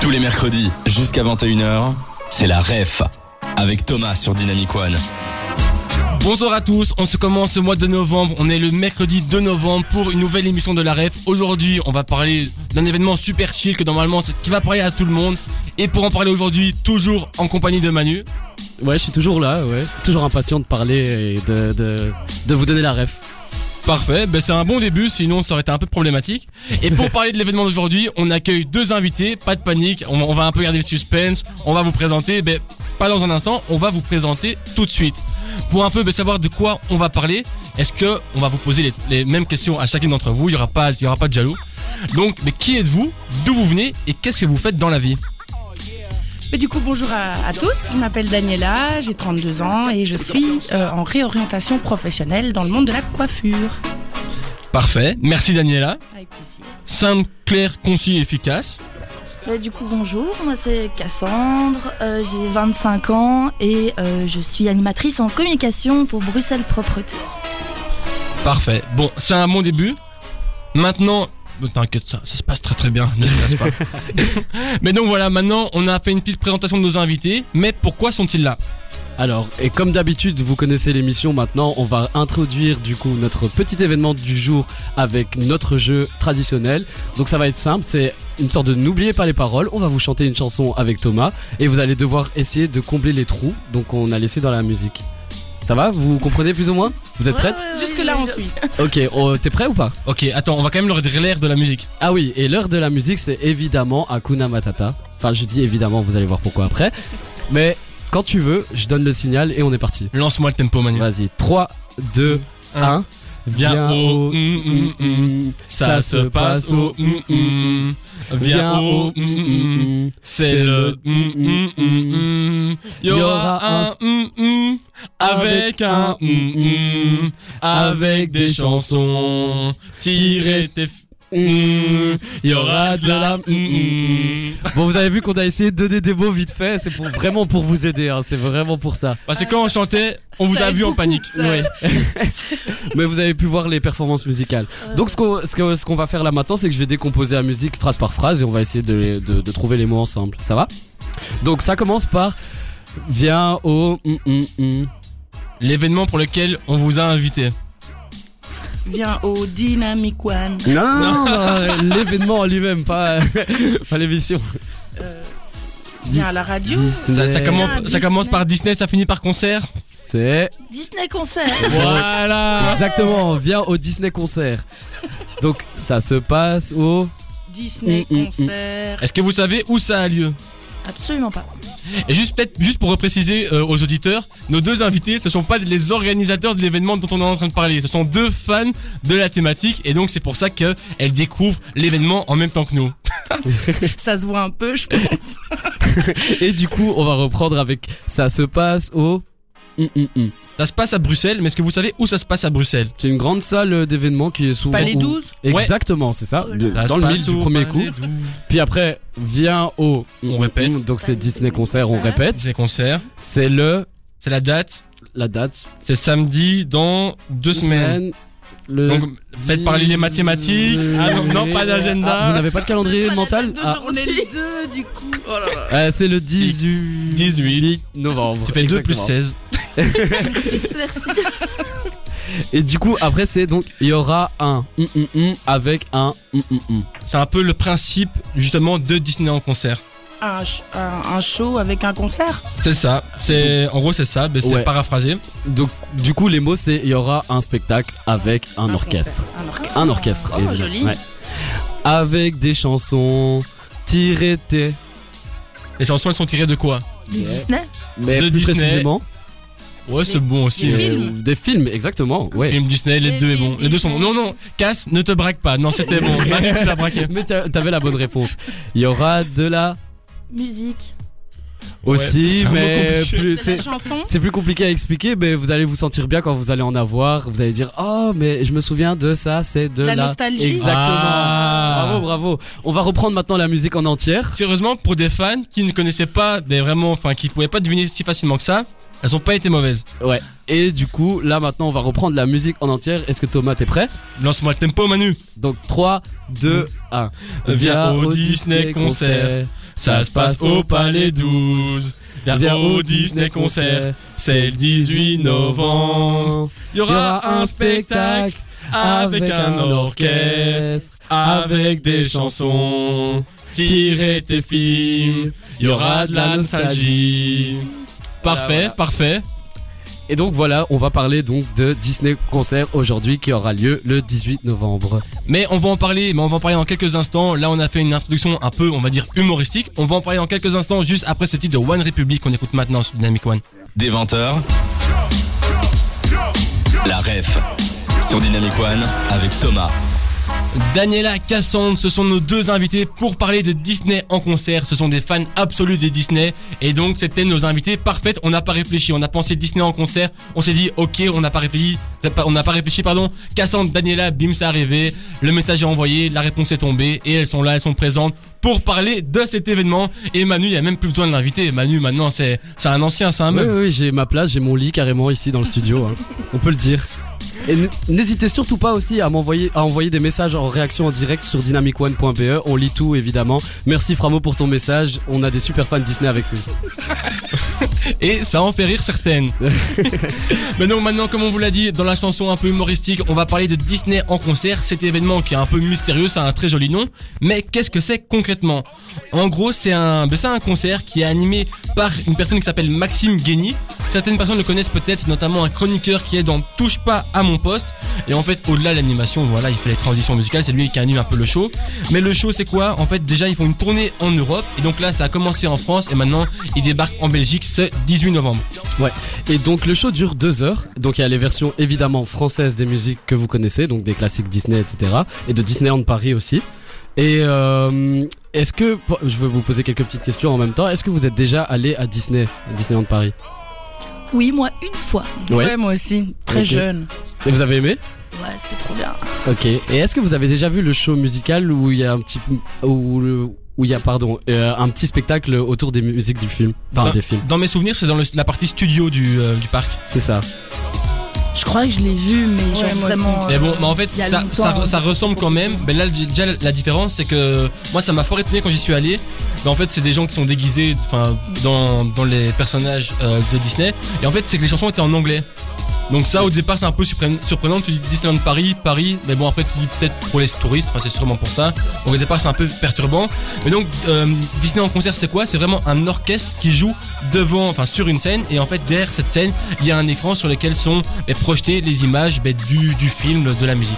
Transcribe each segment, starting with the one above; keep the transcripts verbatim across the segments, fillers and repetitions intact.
Tous les mercredis, jusqu'à vingt et une heures, c'est la Ref avec Thomas sur Dynamic One. Bonsoir à tous, on se commence ce mois de novembre, on est le mercredi deux novembre pour une nouvelle émission de la Ref. Aujourd'hui, on va parler d'un événement super chill que normalement, qui va parler à tout le monde. Et pour en parler aujourd'hui, toujours en compagnie de Manu. Ouais, je suis toujours là, ouais. Toujours impatient de parler et de, de, de vous donner la ref. Parfait, ben c'est un bon début, sinon ça aurait été un peu problématique. Et pour parler de l'événement d'aujourd'hui, on accueille deux invités, pas de panique, on, on va un peu garder le suspense, on va vous présenter, ben pas dans un instant, on va vous présenter tout de suite. Pour un peu ben, savoir de quoi on va parler, est-ce que on va vous poser les, les mêmes questions à chacune d'entre vous, il y aura pas, il y aura pas de jaloux. Donc, mais qui êtes-vous, d'où vous venez et qu'est-ce que vous faites dans la vie? Mais du coup, bonjour à, à tous, je m'appelle Daniela, j'ai trente-deux ans et je suis euh, en réorientation professionnelle dans le monde de la coiffure. Parfait, merci Daniela. Avec plaisir. Simple, clair, concis et efficace. Bah, du coup, bonjour, moi c'est Cassandre, euh, j'ai vingt-cinq ans et euh, je suis animatrice en communication pour Bruxelles Propreté. Parfait, bon, c'est un bon début. Maintenant... T'inquiète, ça, ça se passe très très bien, ne se passe pas. Mais donc voilà, maintenant on a fait une petite présentation de nos invités, mais pourquoi sont-ils là? Alors, et comme d'habitude, vous connaissez l'émission maintenant, on va introduire du coup notre petit événement du jour avec notre jeu traditionnel. Donc ça va être simple, c'est une sorte de n'oubliez pas les paroles, on va vous chanter une chanson avec Thomas et vous allez devoir essayer de combler les trous, donc on a laissé dans la musique. Ça va? Vous comprenez plus ou moins? Vous êtes prête? Jusque là on suit. Ok, oh, t'es prêt ou pas? Ok, attends, on va quand même leur dire l'air de la musique. Ah oui, et l'heure de la musique c'est évidemment Hakuna Matata. Enfin je dis évidemment, vous allez voir pourquoi après. Mais quand tu veux, je donne le signal et on est parti. Lance-moi le tempo Manu. Vas-y, trois, deux, un. Viens au mm, mm, mm, ça se passe au mm, mm. Viens au mm, mm, c'est le mm, mm, mm. Il y aura un mm, mm, avec un mm, mm, avec des chansons tirées tes il y aura de la mm. Bon, vous avez vu qu'on a essayé de donner des mots vite fait. C'est pour, vraiment pour vous aider, hein. C'est vraiment pour ça. Parce que quand on chantait, on vous a vu en panique. Ouais. Mais vous avez pu voir les performances musicales. Donc ce qu'on, ce que, ce qu'on va faire là maintenant, c'est que je vais décomposer la musique phrase par phrase et on va essayer de, de, de trouver les mots ensemble. Ça va? Donc ça commence par viens au mm, mm, mm. L'événement pour lequel on vous a invité. Viens au Dynamic One. Non, non, non, l'événement en lui-même, pas, pas l'émission. Euh, viens à la radio. Ça, ça, commence, ça commence par Disney, ça finit par concert. C'est Disney Concert. Voilà. Exactement, viens au Disney Concert. Donc ça se passe au Disney mm, mm, Concert. Est-ce que vous savez où ça a lieu? Absolument pas. Et juste peut-être juste pour repréciser euh, aux auditeurs, nos deux invités, ce sont pas les organisateurs de l'événement dont on est en train de parler, ce sont deux fans de la thématique et donc c'est pour ça qu'elles découvrent l'événement en même temps que nous. Ça se voit un peu, je pense. Et du coup, on va reprendre avec ça se passe au mm, mm, mm. Ça se passe à Bruxelles, mais est-ce que vous savez où ça se passe à Bruxelles? C'est une grande salle d'événements qui est souvent Palais où... douze. Exactement, c'est ça, de- Ça dans se le passe mille du au premier Palais coup. douze. Puis après, viens au On répète. Donc c'est Disney Concert, on répète. C'est concert, C'est le c'est la date, la date c'est samedi dans deux semaines. Le Donc faites parler les mathématiques. Ah non, non pas d'agenda. Ah, vous n'avez pas de calendrier mental? Ah, On est les deux du coup. Oh là là. euh, c'est le dix-huit dix-huit novembre. Tu fais deux plus Exactement. seize. Merci. Et du coup, après, c'est donc il y aura un mm, mm, mm avec un mm, mm, mm. C'est un peu le principe justement de Disney en concert. Un, ch- un, un show avec un concert. C'est ça, c'est en gros c'est ça, mais c'est Ouais. paraphrasé. Donc, du coup, les mots, c'est il y aura un spectacle avec un, Un orchestre. concert. Un orchestre. Un orchestre. Oh, évidemment. joli. Ouais. Avec des chansons tirées tes. Les chansons elles sont tirées de quoi? Disney. Mais De plus Disney. précisément. Ouais, c'est bon aussi. Des euh, films. Des films, exactement. Ouais. Film Disney, les Des deux est films bon. Les deux sont bons. Non, non, Cass, ne te braque pas. Non, c'était bon. Manu, tu l'as braqué. Mais t'a- t'avais la bonne réponse. Il y aura de la Musique. aussi, c'est un mot mais compliqué. plus, C'est c'est, la chanson. c'est plus compliqué à expliquer, mais vous allez vous sentir bien quand vous allez en avoir. Vous allez dire, oh, mais je me souviens de ça, c'est de La la, nostalgie. Exactement. Ah. Bravo, bravo. On va reprendre maintenant la musique en entière. Sérieusement, pour des fans qui ne connaissaient pas, mais vraiment, enfin, qui pouvaient pas deviner si facilement que ça, elles ont pas été mauvaises. Ouais. Et du coup, là maintenant, on va reprendre la musique en entière. Est-ce que Thomas, t'es prêt? Lance-moi le tempo, Manu. Donc trois, deux, un. Viens au Disney Concert. ça se passe au Palais douze. Viens au Disney Concert, c'est le dix-huit novembre. Il y aura un spectacle avec un orchestre, avec des chansons tirées tes films. Il y aura de la nostalgie. Parfait, parfait. Et donc voilà, on va parler donc de Disney Concert aujourd'hui qui aura lieu le dix-huit novembre. Mais on va en parler, mais on va en parler dans quelques instants. Là, on a fait une introduction un peu, on va dire, humoristique. On va en parler dans quelques instants, juste après ce titre de One Republic qu'on écoute maintenant sur Dynamic One. Des vingt heures, la ref sur Dynamic One avec Thomas. Daniela, Cassandre, ce sont nos deux invités pour parler de Disney en concert. Ce sont des fans absolus des Disney et donc c'était nos invités parfaits. On n'a pas réfléchi, on a pensé Disney en concert. On s'est dit ok, on n'a pas réfléchi, on n'a pas réfléchi pardon. Cassandre, Daniela, bim, c'est arrivé. Le message est envoyé, la réponse est tombée et elles sont là, elles sont présentes pour parler de cet événement. Et Manu, il y a même plus besoin de l'inviter. Manu, maintenant, c'est c'est un ancien, c'est un meuble. Oui, oui, j'ai ma place, j'ai mon lit carrément ici dans le studio. Hein. On peut le dire. Et n'hésitez surtout pas aussi à m'envoyer à envoyer des messages en réaction en direct sur dynamic one point b e. On lit tout évidemment. Merci Framo pour ton message. On a des super fans Disney avec nous. Et ça en fait rire certaines. Mais donc maintenant, comme on vous l'a dit dans la chanson un peu humoristique, on va parler de Disney en concert. Cet événement qui est un peu mystérieux, ça a un très joli nom. Mais qu'est-ce que c'est concrètement ? En gros, c'est un, ben c'est un concert qui est animé par une personne qui s'appelle Maxime Guény. Certaines personnes le connaissent peut-être, c'est notamment un chroniqueur qui est dans Touche pas à mon poste. Et en fait, au-delà de l'animation, voilà, il fait les transitions musicales, c'est lui qui anime un peu le show. Mais le show, c'est quoi ? En fait, déjà, ils font une tournée en Europe. Et donc là, ça a commencé en France et maintenant, ils débarquent en Belgique ce dix-huit novembre. Ouais. Et donc, le show dure deux heures. Donc, il y a les versions évidemment françaises des musiques que vous connaissez, donc des classiques Disney, et cetera. Et de Disneyland Paris aussi. Et euh, est-ce que, je vais vous poser quelques petites questions en même temps. Est-ce que vous êtes déjà allé à Disney, à Disneyland Paris ? Oui, moi, une fois. Ouais, Ouais, moi aussi, très Ok. jeune. Et vous avez aimé ? Ouais, c'était trop bien. Ok. Et est-ce que vous avez déjà vu le show musical où il y a un petit, où le, où il y a pardon, euh, un petit spectacle autour des musiques du film, enfin Dans- des films. Dans mes souvenirs, c'est dans le- la partie studio du, euh, du parc. C'est ça. Je crois que je l'ai vu, mais genre Ouais, moi vraiment. Mais bon, euh, mais en fait, il y a ça, longtemps, ça, ça hein. ressemble quand même. Mais là, déjà, la différence, c'est que moi, ça m'a fort étonné quand j'y suis allé. Mais en fait, c'est des gens qui sont déguisés, enfin, dans, dans les personnages euh, de Disney. Et en fait, c'est que les chansons étaient en anglais. Donc ça, au départ, c'est un peu surprenant. surprenant. Tu dis Disneyland Paris, Paris. Mais bon, après, tu dis peut-être pour les touristes. Enfin, c'est sûrement pour ça. Donc au départ, c'est un peu perturbant. Mais donc, euh, Disney en concert, c'est quoi ? C'est vraiment un orchestre qui joue devant, enfin, sur une scène. Et en fait, derrière cette scène, il y a un écran sur lequel sont eh, projetées les images eh, du, du film, de la musique.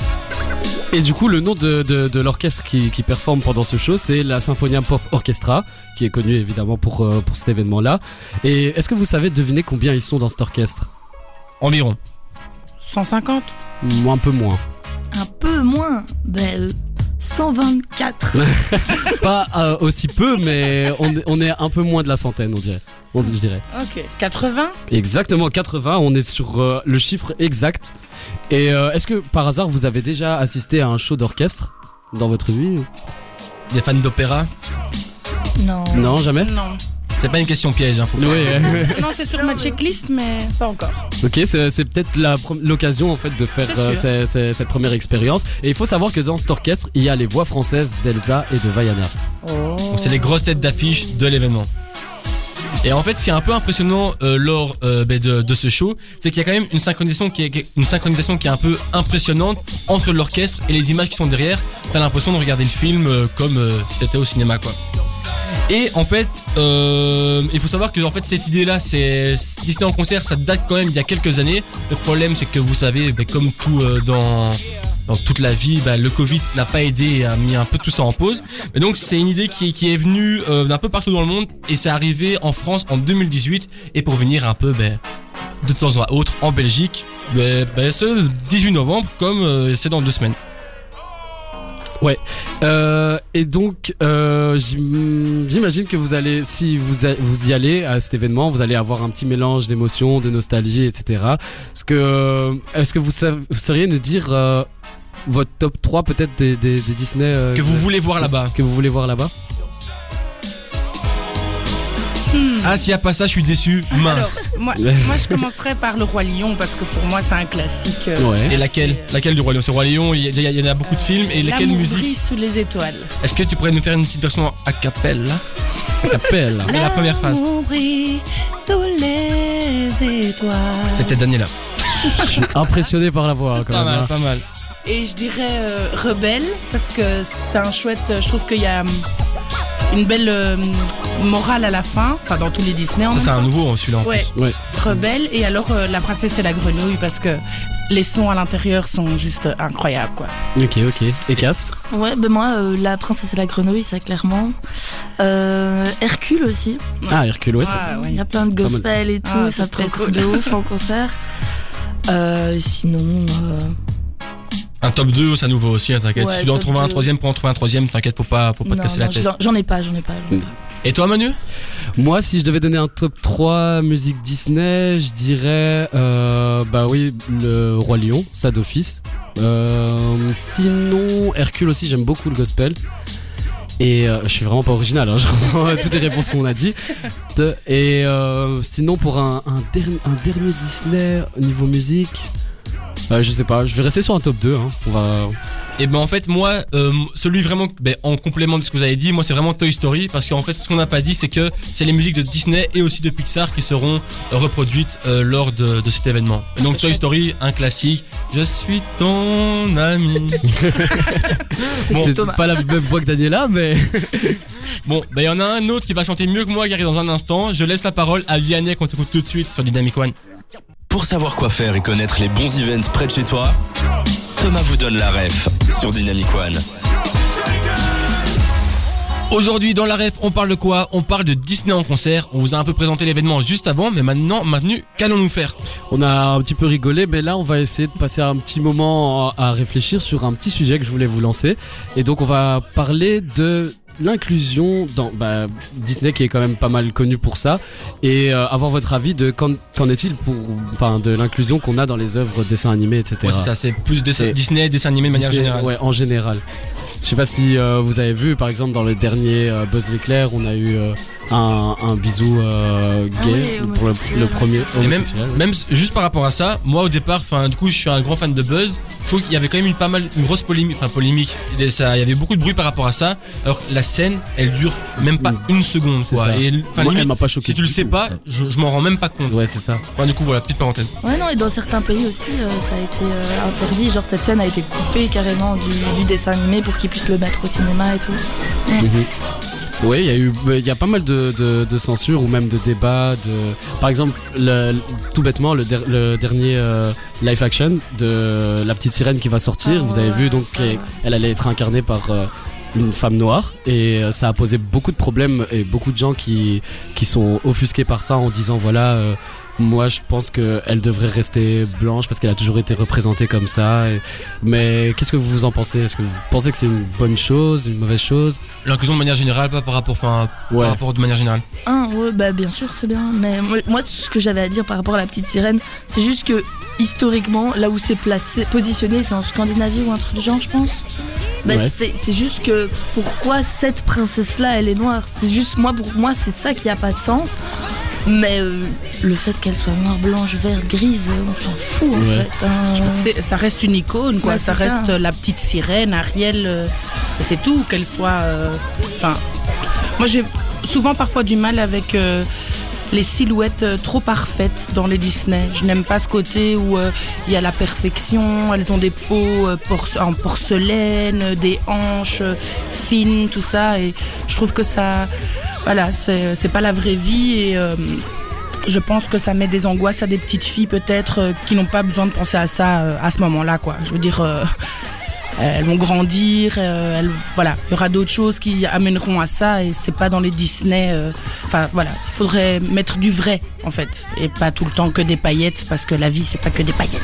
Et du coup, le nom de, de, de l'orchestre qui, qui performe pendant ce show, c'est la Symphonia Pop Orchestra, qui est connu évidemment pour, euh, pour cet événement-là. Et est-ce que vous savez deviner combien ils sont dans cet orchestre ? Environ. cent cinquante. Un peu moins. Un peu moins. Ben, euh, cent vingt-quatre. Pas euh, aussi peu, mais on, est- on est un peu moins de la centaine, on dirait. On, je dirais. Ok. quatre-vingts. Exactement, quatre-vingts, on est sur euh, le chiffre exact. Et euh, est-ce que par hasard vous avez déjà assisté à un show d'orchestre dans votre vie ? Des fans d'opéra. Non. Non, jamais ? Non. C'est pas une question piège, hein, faut pas- Oui. Non, c'est sur ma checklist, mais pas encore. Ok, c'est, c'est peut-être la pro- l'occasion en fait de faire C'est euh, sûr. ces- ces- cette première expérience. Et il faut savoir que dans cet orchestre, il y a les voix françaises d'Elsa et de Vaiana. Oh. Donc c'est les grosses têtes d'affiche de l'événement. Et en fait, ce qui est un peu impressionnant euh, lors euh, ben, de, de ce show, c'est qu'il y a quand même une synchronisation qui est qui est- une synchronisation qui est un peu impressionnante entre l'orchestre et les images qui sont derrière. T'as l'impression de regarder le film euh, comme euh, si t'étais au cinéma, quoi. Et en fait, euh, il faut savoir que en fait cette idée-là, c'est Disney en concert, ça date quand même il y a quelques années. Le problème, c'est que vous savez, ben, comme tout euh, dans dans toute la vie, ben, le Covid n'a pas aidé et a mis un peu tout ça en pause. Mais donc c'est une idée qui, qui est venue euh, d'un peu partout dans le monde et c'est arrivé en France en deux mille dix-huit et pour venir un peu ben, de temps à autre en Belgique, ben, ben, ce dix-huit novembre comme euh, c'est dans deux semaines. Euh, et donc, euh, j'im- j'imagine que vous allez, si vous, a- vous y allez à cet événement, vous allez avoir un petit mélange d'émotions, de nostalgie, et cetera. Est-ce que, euh, est-ce que vous, sav- vous sauriez nous dire euh, votre top trois peut-être des, des, des Disney euh, Que vous voulez voir là-bas. que vous voulez voir là-bas ? Hmm. Ah, s'il y a pas ça, je suis déçu. Mince. Alors, moi, moi, je commencerais par le Roi Lion parce que pour moi, c'est un classique. euh, Ouais. Et laquelle c'est- Laquelle du Roi Lion? C'est Roi Lion, il y, a- il y en a beaucoup de films. Et lesquelles L'amour musiques? brille sous les étoiles. Est-ce que tu pourrais nous faire une petite version a cappella? T'appelles. Et la première phrase. L'amour brille sous les étoiles. C'était Daniela. Je suis impressionné par la voix quand Pas même. mal, hein. pas mal. Et je dirais euh, Rebelle parce que c'est un chouette. Je trouve qu'il y a hum, une belle euh, morale à la fin. Enfin, dans tous les Disney en Ça, même c'est un temps. nouveau celui-là en Ouais. plus. Ouais. Rebelle. Et alors euh, La princesse et la grenouille parce que les sons à l'intérieur sont juste incroyables, quoi. Ok, ok. Et Cass? Ouais, ben moi, euh, La princesse et la grenouille, ça clairement. Euh, Hercule aussi. Ah, Hercule, ouais. ça- Ah, Il ouais. y a plein de Pas mal. gospel et tout, Ah, ça c'est prend trop trop de ouf en concert. Euh, sinon, euh, Un top deux, ça nous va aussi, hein, t'inquiète. Ouais, si tu dois en top trouver un deux. troisième pour en trouver un troisième, t'inquiète, faut pas, faut pas te non, casser la non, tête. j'en- j'en ai pas, j'en ai pas. j'en ai pas. Et toi, Manu? Moi, si je devais donner un top trois musique Disney, je dirais, euh, bah oui, le Roi Lion, ça d'office. Euh, sinon, Hercule aussi, j'aime beaucoup le gospel. Et euh, je suis vraiment pas original, hein, je reprends toutes les réponses qu'on a dit. De- Et euh, sinon, pour un, un, derni- un dernier Disney au niveau musique, euh, je sais pas, je vais rester sur un top deux. Hein. On va... Et ben en fait moi euh, celui vraiment ben, en complément de ce que vous avez dit, moi c'est vraiment Toy Story parce qu'en fait ce qu'on n'a pas dit c'est que c'est les musiques de Disney et aussi de Pixar qui seront euh, reproduites euh, lors de, de cet événement. Et donc c'est Toy chouette. Story, un classique. Je suis ton ami. C'est Bon, C'est Thomas. pas la même voix que Daniela, mais Bon, ben il y en a un autre qui va chanter mieux que moi qui arrive dans un instant. Je laisse la parole à Vianney qu'on s'écoute tout de suite sur Dynamic One. Pour savoir quoi faire et connaître les bons events près de chez toi, Thomas vous donne la ref sur Dynamic One. Aujourd'hui dans la ref, on parle de quoi? On parle de Disney en concert. On vous a un peu présenté l'événement juste avant, mais maintenant, maintenant, qu'allons-nous faire? on a un petit peu rigolé, mais là on va essayer de passer un petit moment à réfléchir sur un petit sujet que je voulais vous lancer. Et donc on va parler de l'inclusion dans bah, Disney qui est quand même pas mal connu pour ça, et euh, avoir votre avis de qu'en, qu'en est-il pour, enfin, de l'inclusion qu'on a dans les œuvres dessins animés, et cetera. Ouais, c'est ça, c'est plus dessin- C'est- Disney, dessin animé de manière Disney, générale. Ouais, en général. Je sais pas si euh, vous avez vu, par exemple, dans le dernier euh, Buzz l'éclair, on a eu euh, un, un bisou euh, Ah gay oui, pour le, homosexuel, le ouais, premier. c'est Et même, homosexuel, ouais. même s- juste par rapport à ça, moi au départ, enfin du coup je suis un grand fan de Buzz. Je trouve qu'il y avait quand même une pas mal, une grosse polémique, enfin polémique. Et ça, il y avait beaucoup de bruit par rapport à ça. Alors la scène, elle dure même pas Mm. une seconde, C'est quoi. ça. Et enfin, Moi, limite, elle m'a pas choqué. si tu le du sais tout. pas, je, je m'en rends même pas compte. Ouais, c'est ça. Enfin, du coup voilà, petite parenthèse. Ouais, non, et dans certains pays aussi, euh, ça a été euh, interdit. Genre, cette scène a été coupée carrément du, du dessin animé pour qu'ils puissent le mettre au cinéma et tout. Mhm. Oui, il y a eu, il y a pas mal de, de, de censure ou même de débats. De, par exemple, le, tout bêtement, le, der- le dernier euh, live action de La Petite Sirène qui va sortir. Ah vous avez ouais, vu donc ça, qu'elle ouais. elle allait être incarnée par euh, une femme noire, et euh, ça a posé beaucoup de problèmes et beaucoup de gens qui qui sont offusqués par ça en disant voilà. euh, Moi, je pense qu'elle devrait rester blanche parce qu'elle a toujours été représentée comme ça. et- Mais qu'est-ce que vous en pensez? Est-ce que vous pensez que c'est une bonne chose, une mauvaise chose? L'inclusion de manière générale, pas par rapport, enfin, Ouais. par rapport de manière générale. Ah, ouais, bah bien sûr, c'est bien. Mais moi, moi, ce que j'avais à dire par rapport à La Petite Sirène, c'est juste que historiquement, là où c'est placé, positionné, c'est en Scandinavie ou un truc du genre, je pense. Bah, Ouais. c'est, c'est juste que pourquoi cette princesse-là, elle est noire? C'est juste, moi, pour moi, c'est ça qui a pas de sens. Mais euh, le fait qu'elle soit noire, blanche, verte, grise, euh, on s'en fout en Ouais. fait. hein. C'est- ça reste une icône, quoi. Ouais, ça c'est reste ça. euh, la petite sirène, Ariel. euh, et c'est tout, qu'elle soit. euh, Enfin, moi j'ai souvent parfois du mal avec euh, les silhouettes euh, trop parfaites dans les Disney. Je n'aime pas ce côté où euh, il y a la perfection. Elles ont des peaux euh, porce- en porcelaine, euh, des hanches euh, fines, tout ça. Et je trouve que ça, voilà, c'est c'est pas la vraie vie et. euh, je pense que ça met des angoisses à des petites filles peut-être euh, qui n'ont pas besoin de penser à ça euh, à ce moment-là, quoi. Je veux dire, euh, elles vont grandir, euh, elles, voilà, il y aura d'autres choses qui amèneront à ça et c'est pas dans les Disney. euh, Enfin voilà, il faudrait mettre du vrai en fait et pas tout le temps que des paillettes parce que la vie c'est pas que des paillettes.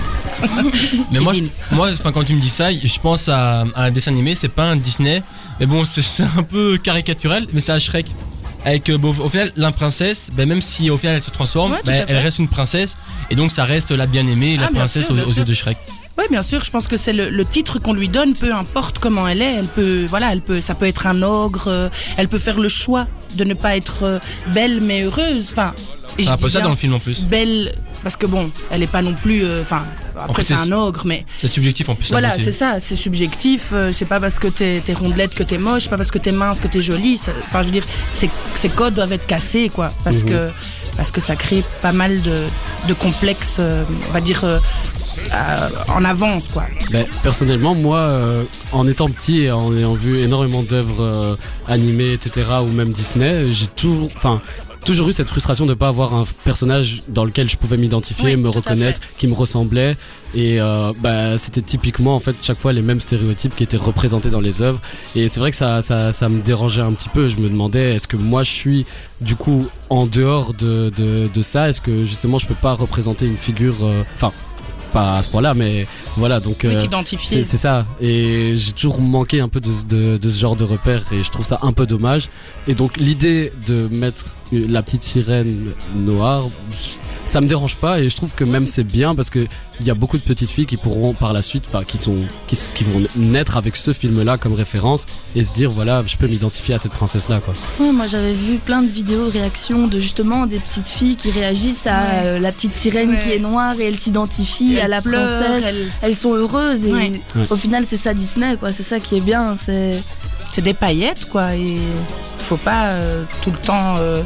Mais moi, Kevin. moi, enfin, quand tu me dis ça, je pense à, à un dessin animé. C'est pas un Disney, mais bon, c'est c'est un peu caricatural, mais c'est un Shrek. Avec euh, bon, au final la princesse, ben, même si au final elle se transforme, Ouais, tout ben, à fait. elle reste une princesse et donc ça reste la bien-aimée, la Ah, bien princesse sûr, aux, bien aux yeux sûr. de Shrek. Oui, bien sûr. Je pense que c'est le, le titre qu'on lui donne, peu importe comment elle est. Elle peut, voilà, elle peut, ça peut être un ogre. Euh, elle peut faire le choix de ne pas être euh, belle mais heureuse. Enfin, et C'est je un peu dis ça bien dans le film en plus. Belle, parce que bon, elle est pas non plus. Enfin, euh, après Après, c'est c'est- un ogre, mais C'est subjectif en plus. la voilà, beauté. c'est ça. C'est subjectif. euh, c'est pas parce que t'es, t'es rondelette que t'es moche, pas parce que t'es mince que t'es jolie. c'est- Enfin, je veux dire, ces, ces codes doivent être cassés, quoi, parce Mhm. que parce que ça crée pas mal de, de complexes, euh, on va dire. Euh, euh, en avance, quoi. Ben, personnellement, moi, euh, en étant petit et en ayant vu énormément d'œuvres euh, animées, et cetera, ou même Disney, j'ai toujours, enfin, toujours eu cette frustration de ne pas avoir un personnage dans lequel je pouvais m'identifier, Oui, me tout à reconnaître, fait. qui me ressemblait. Et euh, bah, c'était typiquement, en fait, chaque fois les mêmes stéréotypes qui étaient représentés dans les œuvres. Et c'est vrai que ça, ça, ça me dérangeait un petit peu. Je me demandais, est-ce que moi, je suis du coup en dehors de, de, de ça? Est-ce que justement, je peux pas représenter une figure, enfin, pas à ce point-là, mais voilà, donc Oui, euh, t'identifier. c'est c'est ça. Et j'ai toujours manqué un peu de, de, de ce genre de repères et je trouve ça un peu dommage. Et donc l'idée de mettre la petite sirène noire, ça me dérange pas et je trouve que même c'est bien parce que il y a beaucoup de petites filles qui pourront par la suite, enfin qui sont qui, qui vont naître avec ce film-là comme référence et se dire voilà, je peux m'identifier à cette princesse-là, quoi. Ouais, moi j'avais vu plein de vidéos réactions de justement des petites filles qui réagissent à Ouais. euh, la petite sirène Ouais. qui est noire et elles s'identifient à Elle la pleure, princesse. elle- Elles sont heureuses et Ouais. Ouais. au final c'est ça Disney, quoi. C'est ça qui est bien. C'est C'est des paillettes, quoi. Et faut pas euh, tout le temps euh,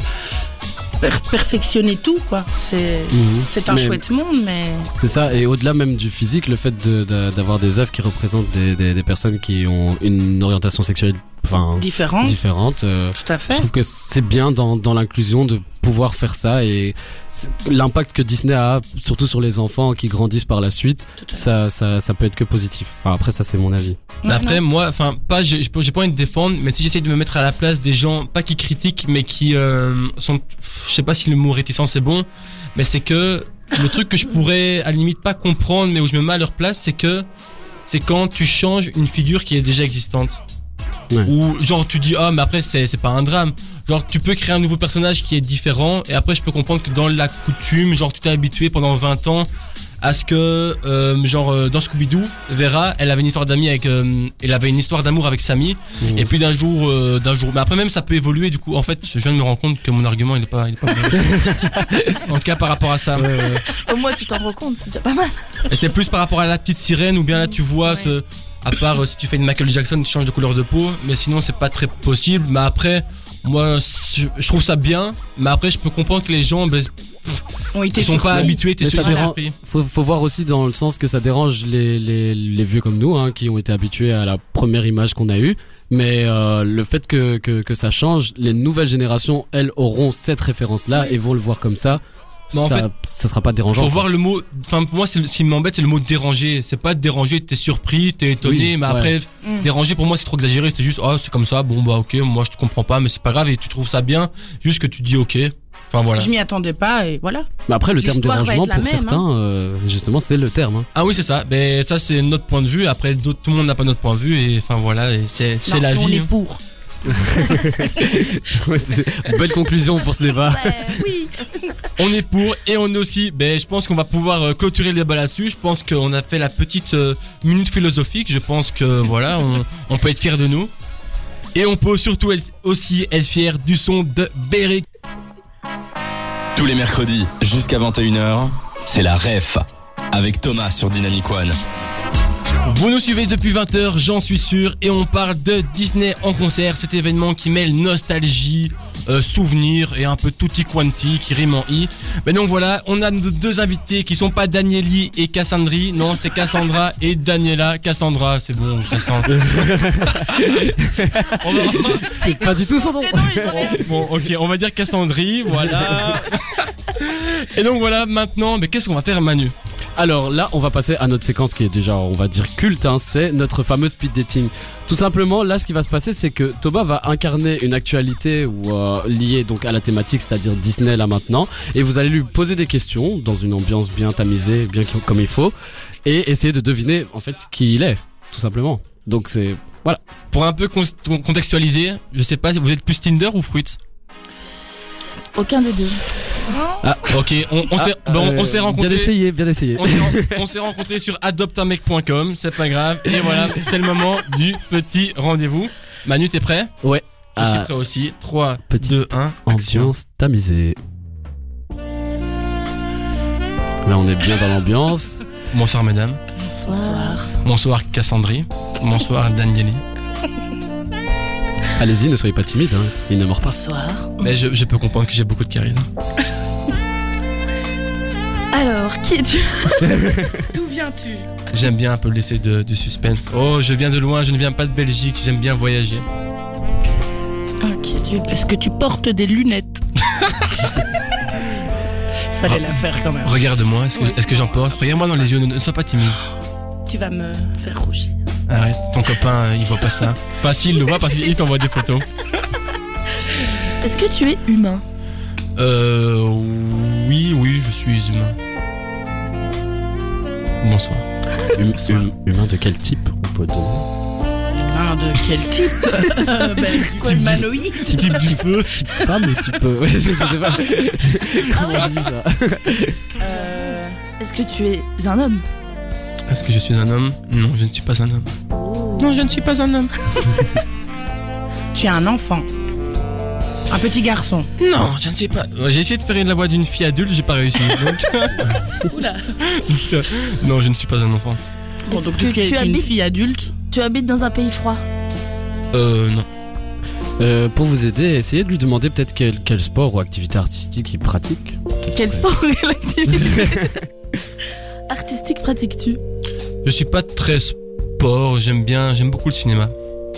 per- perfectionner tout, quoi. C'est Mhm. c'est un Mais- chouette monde, mais C'est ça, et au-delà même du physique, le fait de- de- d'avoir des œuvres qui représentent des, des, des personnes qui ont une orientation sexuelle enfin, différent. différente, euh, Tout à je fait. trouve que c'est bien dans, dans l'inclusion de pouvoir faire ça et c'est- l'impact que Disney a, surtout sur les enfants qui grandissent par la suite, Tout à fait. ça, ça, ça peut être que positif. Enfin, après, ça c'est mon avis. Ouais, Après, non. moi, enfin, pas, j'ai j'ai pas envie de défendre, mais si j'essaye de me mettre à la place des gens, pas qui critiquent, mais qui euh, sont, je sais pas si le mot réticent c'est bon, mais c'est que le truc que je pourrais à la limite pas comprendre, mais où je me mets à leur place, c'est que c'est quand tu changes une figure qui est déjà existante. Ouais. Ou genre tu dis ah mais après c'est c'est pas un drame. Genre tu peux créer un nouveau personnage qui est différent et après je peux comprendre que dans la coutume, genre tu t'es habitué pendant vingt ans à ce que euh, genre euh, dans Scooby-Doo, Vera, elle avait une histoire d'amis avec euh, elle avait une histoire d'amour avec Sammy Mhm. et puis d'un jour euh, d'un jour mais après même ça peut évoluer du coup en fait je viens de me rendre compte que mon argument il est pas il est pas vrai. En tout cas par rapport à ça. au moins tu t'en rends compte, c'est déjà pas mal. Et c'est plus par rapport à la petite sirène ou bien là tu vois Ouais. ce- à part euh, si tu fais une Michael Jackson tu changes de couleur de peau mais sinon c'est pas très possible mais après moi je, je trouve ça bien mais après je peux comprendre que les gens ben, Ont été ils sont pas surpris. habitués t'es Mais sur ça dérange- surpris. Faut, faut voir aussi dans le sens que ça dérange les, les, les vieux comme nous, hein, qui ont été habitués à la première image qu'on a eue. Mais euh, le fait que, que, que ça change, les nouvelles générations, elles, auront cette référence-là et vont le voir comme ça. Mais en ça, fait, ça sera pas dérangeant. Pour voir le mot, enfin pour moi c'est le- ce qui m'embête c'est le mot déranger. C'est pas déranger, t'es surpris, t'es étonné, Oui, mais ouais. après Mm. déranger pour moi c'est trop exagéré. C'est juste oh c'est comme ça, bon bah ok, moi je te comprends pas, mais c'est pas grave et tu trouves ça bien, juste que tu dis ok. Enfin voilà. Je m'y attendais pas et voilà. Mais après, le terme L'histoire va dérangement, être la pour même, certains, euh, justement, c'est le terme. Hein. Ah oui c'est ça. Ben ça c'est notre point de vue. Après d'autres, tout le monde n'a pas notre point de vue et enfin voilà, et c'est c'est Non, la nous, on vie. est hein. pour. Ouais, c'est une belle conclusion pour ce débat. oui. On est pour et on est aussi. Ben je pense qu'on va pouvoir euh, clôturer le débat là-dessus. Je pense qu'on a fait la petite euh, minute philosophique. Je pense que voilà, on, on peut être fier de nous. Et on peut surtout être- aussi être fier du son de Berry. Tous les mercredis jusqu'à vingt et une heures, c'est la Ref avec Thomas sur Dynamic One. Vous nous suivez depuis vingt heures, j'en suis sûr, et on parle de Disney en concert, cet événement qui mêle nostalgie, euh, souvenirs et un peu tutti quanti, qui rime en i. Mais donc voilà, on a nos deux invités qui sont pas Danieli et Cassandri, non c'est Cassandra et Daniela. Cassandra, c'est bon, Cassandra. On va- C'est pas du tout son nom. Bon, ok, on va dire Cassandri, voilà. Et donc voilà, maintenant, mais qu'est-ce qu'on va faire, Manu? Alors là, on va passer à notre séquence qui est déjà, on va dire, culte, hein, c'est notre fameux speed dating. Tout simplement, là, ce qui va se passer, c'est que Thomas va incarner une actualité ou, euh, liée donc à la thématique, c'est-à-dire Disney là maintenant, et vous allez lui poser des questions dans une ambiance bien tamisée, bien qui- comme il faut, et essayer de deviner en fait qui il est, tout simplement. Donc c'est voilà. Pour un peu con- contextualiser, je sais pas, vous êtes plus Tinder ou Fruits? Aucun des deux. Ah, Ok, on, on s'est ah, bon, euh, on s'est rencontrés. Bien essayé, bien essayé. On s'est, on s'est rencontrés sur adopte un mec point com, c'est pas grave. Et voilà, c'est le moment du petit rendez-vous. Manu, t'es prêt? Ouais. Je suis Ah, prêt aussi. trois, petite deux, un, action. ambiance tamisée. Là, on est bien dans l'ambiance. Bonsoir mesdames. Bonsoir. Bonsoir Cassandrie. Bonsoir Danieli. Allez-y, ne soyez pas timide, hein. Il ne mord pas. Bonsoir. Mais je, je peux comprendre que j'ai beaucoup de charisme. Alors, qui es-tu? D'où viens-tu? J'aime bien un peu laisser de, de suspense. Oh, je viens de loin, je ne viens pas de Belgique, j'aime bien voyager. Ok. Est-ce que tu portes des lunettes? Fallait la faire quand même. Regarde-moi, est-ce que, Oui. est-ce que j'en porte? Regarde-moi dans les yeux, ne, ne sois pas timide. Tu vas me faire rougir. Arrête, ton copain, euh, il voit pas ça. Enfin, s'il le voit parce qu'il t'envoie des photos. Est-ce que tu es humain? Euh. Oui, oui, je suis humain. Bonsoir. Hum- hum- humain de quel type on peut donner? Ah, de quel type? euh, ben, du coup, humanoïde. Type, type feu, type femme ou type. euh, Ouais, je sais pas. Comment on dit ça? Euh, Est-ce que tu es un homme? Est-ce que je suis un homme? Non, je ne suis pas un homme. Non, je ne suis pas un homme. tu es un enfant. Un petit garçon. Non, je ne sais pas. Ouais, J'ai essayé de faire la voix d'une fille adulte, j'ai pas réussi. Donc, Oula. non, je ne suis pas un enfant. Bon, Est-ce donc que tu, tu es une habites- fille adulte. Tu habites dans un pays froid? Euh, non. Euh, pour vous aider, essayez de lui demander peut-être quel, quel sport ou activité artistique il pratique. Peut-être Quel que- sport ou quelle activité artistique pratiques-tu? Je suis pas très sport, j'aime bien, j'aime beaucoup le cinéma.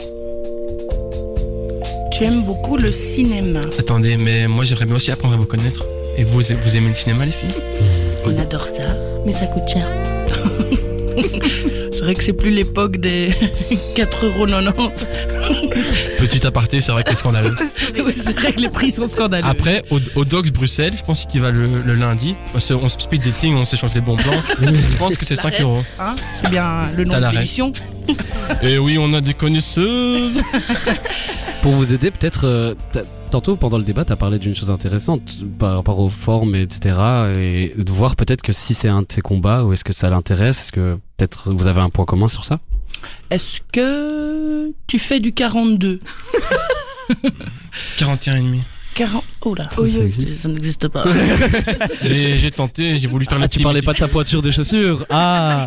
Tu aimes beaucoup le cinéma. Attendez, mais moi j'aimerais bien aussi apprendre à vous connaître. Et vous, vous aimez le cinéma, les filles? On adore ça. Mais ça coûte cher. C'est vrai que c'est plus l'époque des quatre euros quatre-vingt-dix. Petit aparté, c'est vrai que c'est scandaleux. Oui, c'est vrai que les prix sont scandaleux. Après, au, au Docs Bruxelles, je pense qu'il va le, le lundi. On se, on se speed dating, on s'échange les bons plans. Je pense que c'est La cinq ref. euros. Hein, c'est bien le nom T'as de la ref. l'émission. Et oui, on a des connaisseuses. Pour vous aider, peut-être. euh, t'as- Tantôt, pendant le débat, tu as parlé d'une chose intéressante par rapport aux formes, et cetera. Et de voir peut-être que si c'est un de ses combats, ou est-ce que ça l'intéresse, est-ce que peut-être vous avez un point commun sur ça? Est-ce que tu fais du quarante-deux? quarante et un et demi. quarante... Oh là, Ça, ça existe. ça n'existe pas. J'ai j'ai tenté, j'ai voulu faire le Ah, tu petit- parlais pas de sa pointure de chaussures? Ah!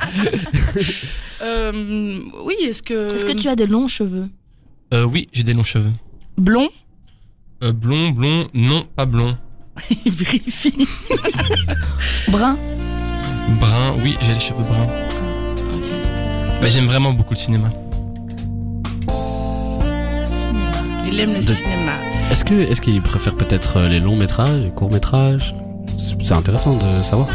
Euh, oui, est-ce que... Est-ce que tu as de longs cheveux? Euh, oui, j'ai des longs cheveux. Blond? Euh, blond, blond, non, pas blond. Il vérifie. Brun? Brun, oui, j'ai les cheveux bruns. Mais j'aime vraiment beaucoup le cinéma. Cinéma. Il aime le De- cinéma. Est-ce que est-ce qu'il préfère peut-être euh, les longs métrages, les courts métrages? C'est c'est intéressant de savoir.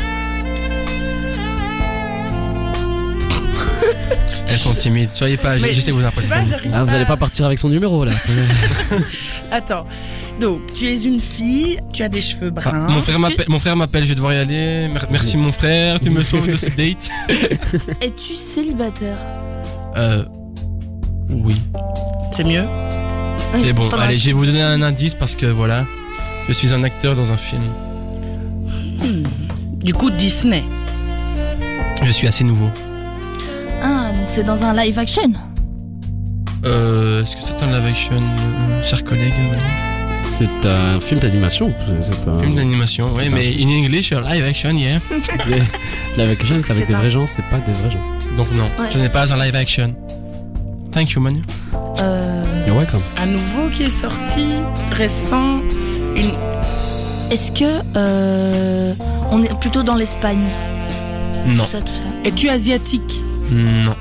Elles sont timides, soyez pas, Mais j'essaie de vous je sais pas, impressionner. j'arrive Ah, vous pas- allez pas partir avec son numéro là. c'est- Attends. Donc, tu es une fille, tu as des cheveux Ah, bruns. mon frère est-ce m'appelle, mon frère m'appelle, je vais devoir y aller. Mer- Merci mon frère, tu me sauves de ce date. Es-tu célibataire? Euh, oui. C'est mieux. Oui, Et bon, pas mal. allez, je vais vous donner un indice parce que voilà, je suis un acteur dans un film. Hmm. Du coup, Disney. Je suis assez nouveau. Ah, donc c'est dans un live action? Euh, est-ce que c'est un live action, euh, chers collègues? euh, C'est un film d'animation. C'est pas un... Film d'animation, oui, c'est un mais in English, uh, live action, yeah. Live action, c'est avec C'est des un- vrais gens, c'est pas des vrais gens. Donc non, Ouais, ce n'est c'est- pas un live action. Thank you, Manu. Euh, You're welcome. Un nouveau qui est sorti, récent. Une... Est-ce que euh, on est plutôt dans l'Espagne? Non, Tout ça, tout ça. Es-tu asiatique? non.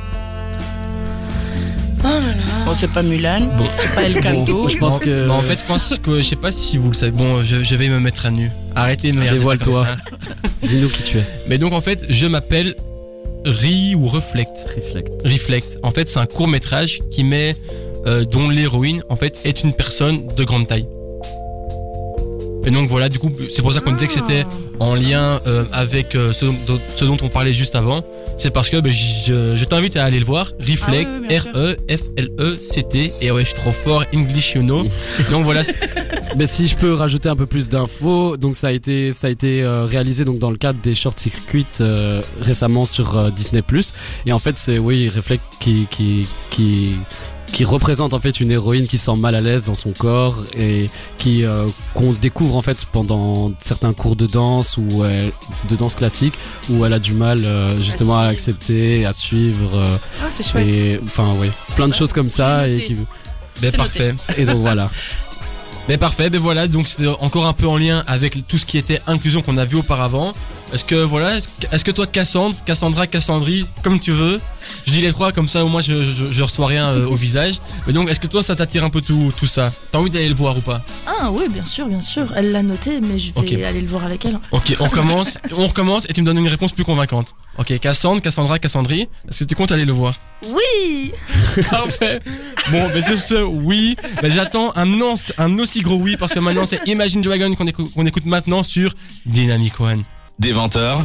Oh là là. Bon, c'est pas Mulan. Bon. C'est pas El Canto. Bon, je pense Non, que- non, en fait, je pense que je sais pas si vous le savez. Bon, je, je vais me mettre à nu. Arrêtez de me regarder Dévoile-toi. comme ça. Dis-nous qui tu es. Mais donc en fait, je m'appelle Ri ou Reflect. Reflect. Reflect. En fait, c'est un court métrage qui met euh, dont l'héroïne en fait est une personne de grande taille. Et donc voilà, du coup, c'est pour ça qu'on disait que c'était en lien euh, avec euh, ce, dont, ce dont on parlait juste avant, c'est parce que bah, je, je t'invite à aller le voir. Reflect, Ah oui, oui, bien R E F L E C T. Et ouais, je suis trop fort, English you know. Donc voilà. c'est- Mais si je peux rajouter un peu plus d'infos, donc ça a été, ça a été euh, réalisé donc dans le cadre des short circuits euh, récemment sur euh, Disney plus. Et en fait, c'est oui, Reflect qui qui qui qui représente en fait une héroïne qui se sent mal à l'aise dans son corps et qui euh, qu'on découvre en fait pendant certains cours de danse ou elle- de danse classique où elle a du mal euh, justement à, suivre. accepter, à suivre euh, Ah, c'est chouette. et enfin oui, plein de choses comme ça J'ai et noté. qui Ben C'est parfait. et donc voilà. Ben parfait, ben voilà, donc c'était encore un peu en lien avec tout ce qui était inclusion qu'on a vu auparavant. Est-ce que voilà, est-ce que, est-ce que toi Cassandre, Cassandra, Cassandrie, comme tu veux, je dis les trois comme ça au moins je, je, je reçois rien euh, au visage. Mais donc est-ce que toi ça t'attire un peu tout, tout ça? T'as envie d'aller le voir ou pas? Ah oui, bien sûr, bien sûr. Elle l'a noté, mais je vais Ok. aller le voir avec elle. Ok, on recommence, on recommence et tu me donnes une réponse plus convaincante. Ok, Cassandre, Cassandra, Cassandrie, est-ce que tu comptes aller le voir? Oui. Parfait. Bon, ben sur ce, oui. Ben j'attends un, non, un aussi gros oui parce que maintenant c'est Imagine Dragon qu'on écoute, qu'on écoute maintenant sur Dynamic One. Des vingt heures,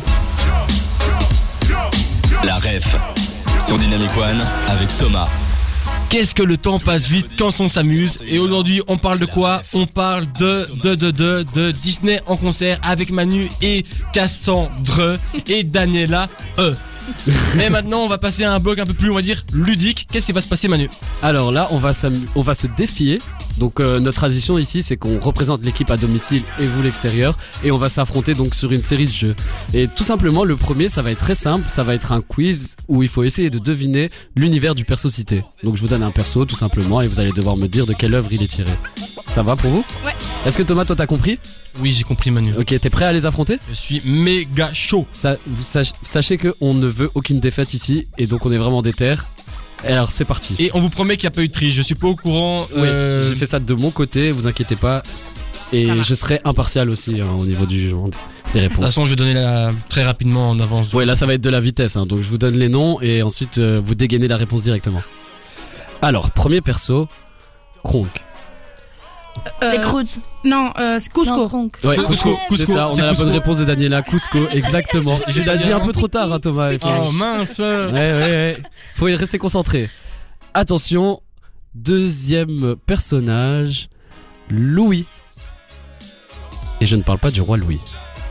la ref sur Dynamic One avec Thomas. Qu'est-ce que le temps passe vite quand on s'amuse. Et aujourd'hui on parle de quoi? On parle de, de, de, de, de Disney en concert avec Manu et Cassandre et Daniela E. Mais maintenant on va passer à un bloc un peu plus, on va dire, ludique. Qu'est-ce qui va se passer, Manu? Alors là, on va, s'am- on va se défier. Donc euh, notre tradition ici, c'est qu'on représente l'équipe à domicile et vous l'extérieur, et on va s'affronter donc sur une série de jeux. Et tout simplement, le premier, ça va être très simple, ça va être un quiz où il faut essayer de deviner l'univers du perso cité. Donc je vous donne un perso tout simplement, et vous allez devoir me dire de quelle œuvre il est tiré. Ça va pour vous? Ouais. Est-ce que Thomas, toi t'as compris? Oui, j'ai compris, Manu. Ok, t'es prêt à les affronter? Je suis méga chaud. Ça, vous sach- sachez que on ne veut aucune défaite ici, et donc on est vraiment déter. Alors c'est parti. Et on vous promet qu'il n'y a pas eu de triche. Je suis pas au courant. Oui, euh, j'ai fait ça de mon côté, vous inquiétez pas. Et Ça va. je serai impartial aussi hein, au niveau du jugement des De toute réponses. façon, je vais donner la très rapidement en avance. Ouais, là ça va être de la vitesse, hein, donc je vous donne les noms et ensuite euh, vous dégainez la réponse directement. Alors, premier perso, Kronk. Euh, Les Croods. Non, euh, c'est Cusco. Non, Kronk. Ouais, Cusco, Cusco, c'est ça, on c'est a la bonne Cusco. réponse de Daniela, Cusco, exactement. Je l'ai dit un peu trop tard, hein, Thomas. il faut- Oh mince. Ouais, ouais, ouais. Faut y rester concentré. Attention, deuxième personnage, Louis. Et je ne parle pas du roi Louis.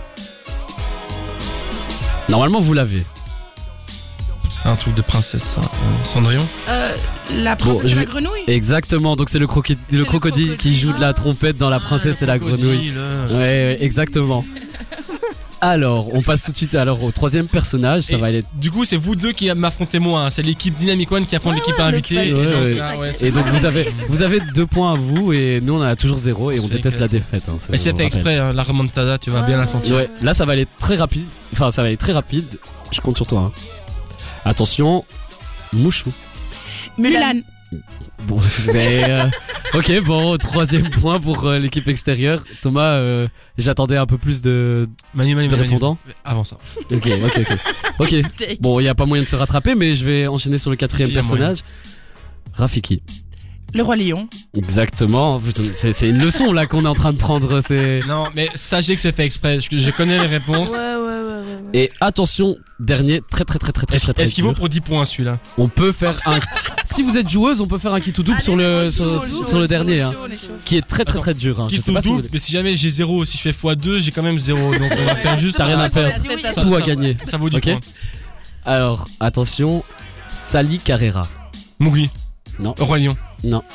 Normalement, vous l'avez. C'est un truc de princesse, ça. Euh, Cendrillon. Euh, la princesse Bon, je et la vais- grenouille. Exactement, donc c'est le, croqui- le le crocodile qui crocodile. joue de la trompette dans La princesse Ah, et la le grenouille. crocodile, euh. Ouais, ouais, exactement. Alors, on passe tout de suite alors au troisième personnage, ça Et va aller. Du coup, c'est vous deux qui m'affrontez moi. hein. C'est l'équipe Dynamic One qui affronte Ouais, l'équipe ouais, invitée. mais Et, tu vas- donc, Ouais, ah, ouais, c'est Et donc ça. vous avez vous avez deux points à vous et nous on a toujours zéro et on C'est déteste la éclaté. défaite. Hein, Mais c'est on fait rappelle. exprès, hein, la remontada, tu vas bien la Ouais. sentir. Ouais, là ça va aller très rapide. Enfin, ça va aller très rapide. Je compte sur toi. hein. Attention, Mouchou. Mulan. Bon, mais euh, ok, bon, troisième point pour euh, l'équipe extérieure. Thomas, euh, j'attendais un peu plus de, Manu, Manu, de Manu. répondants. Avant ça. Ok, ok, ok. Ok. Bon, il y a pas moyen de se rattraper, mais je vais enchaîner sur le quatrième Si, y a personnage. Rafiki. Le roi lion. Exactement. Putain, c'est c'est une leçon là qu'on est en train de prendre. C'est. Non, mais sachez que c'est fait exprès. Je, je connais les réponses. Ouais, ouais, ouais, ouais. ouais. Et attention, dernier, très très très très très Est-ce très très. est-ce qu'il vaut dur. pour dix points celui-là? On peut faire un. Si vous êtes joueuse, on peut faire un kit ou double sur le sur, sur le dernier, hein, qui est très très très dur. Hein. Je Qui sais pas si vous double, mais si jamais j'ai zéro, si je fais fois deux, j'ai quand même zéro. Donc on va faire juste. T'as rien à Ça va perdre. peut-être Ça- Tout ça- à gagner. Ça vaut dix Ok. points. Alors attention, Sally Carrera. Mowgli. Non. Roi Lion. Non,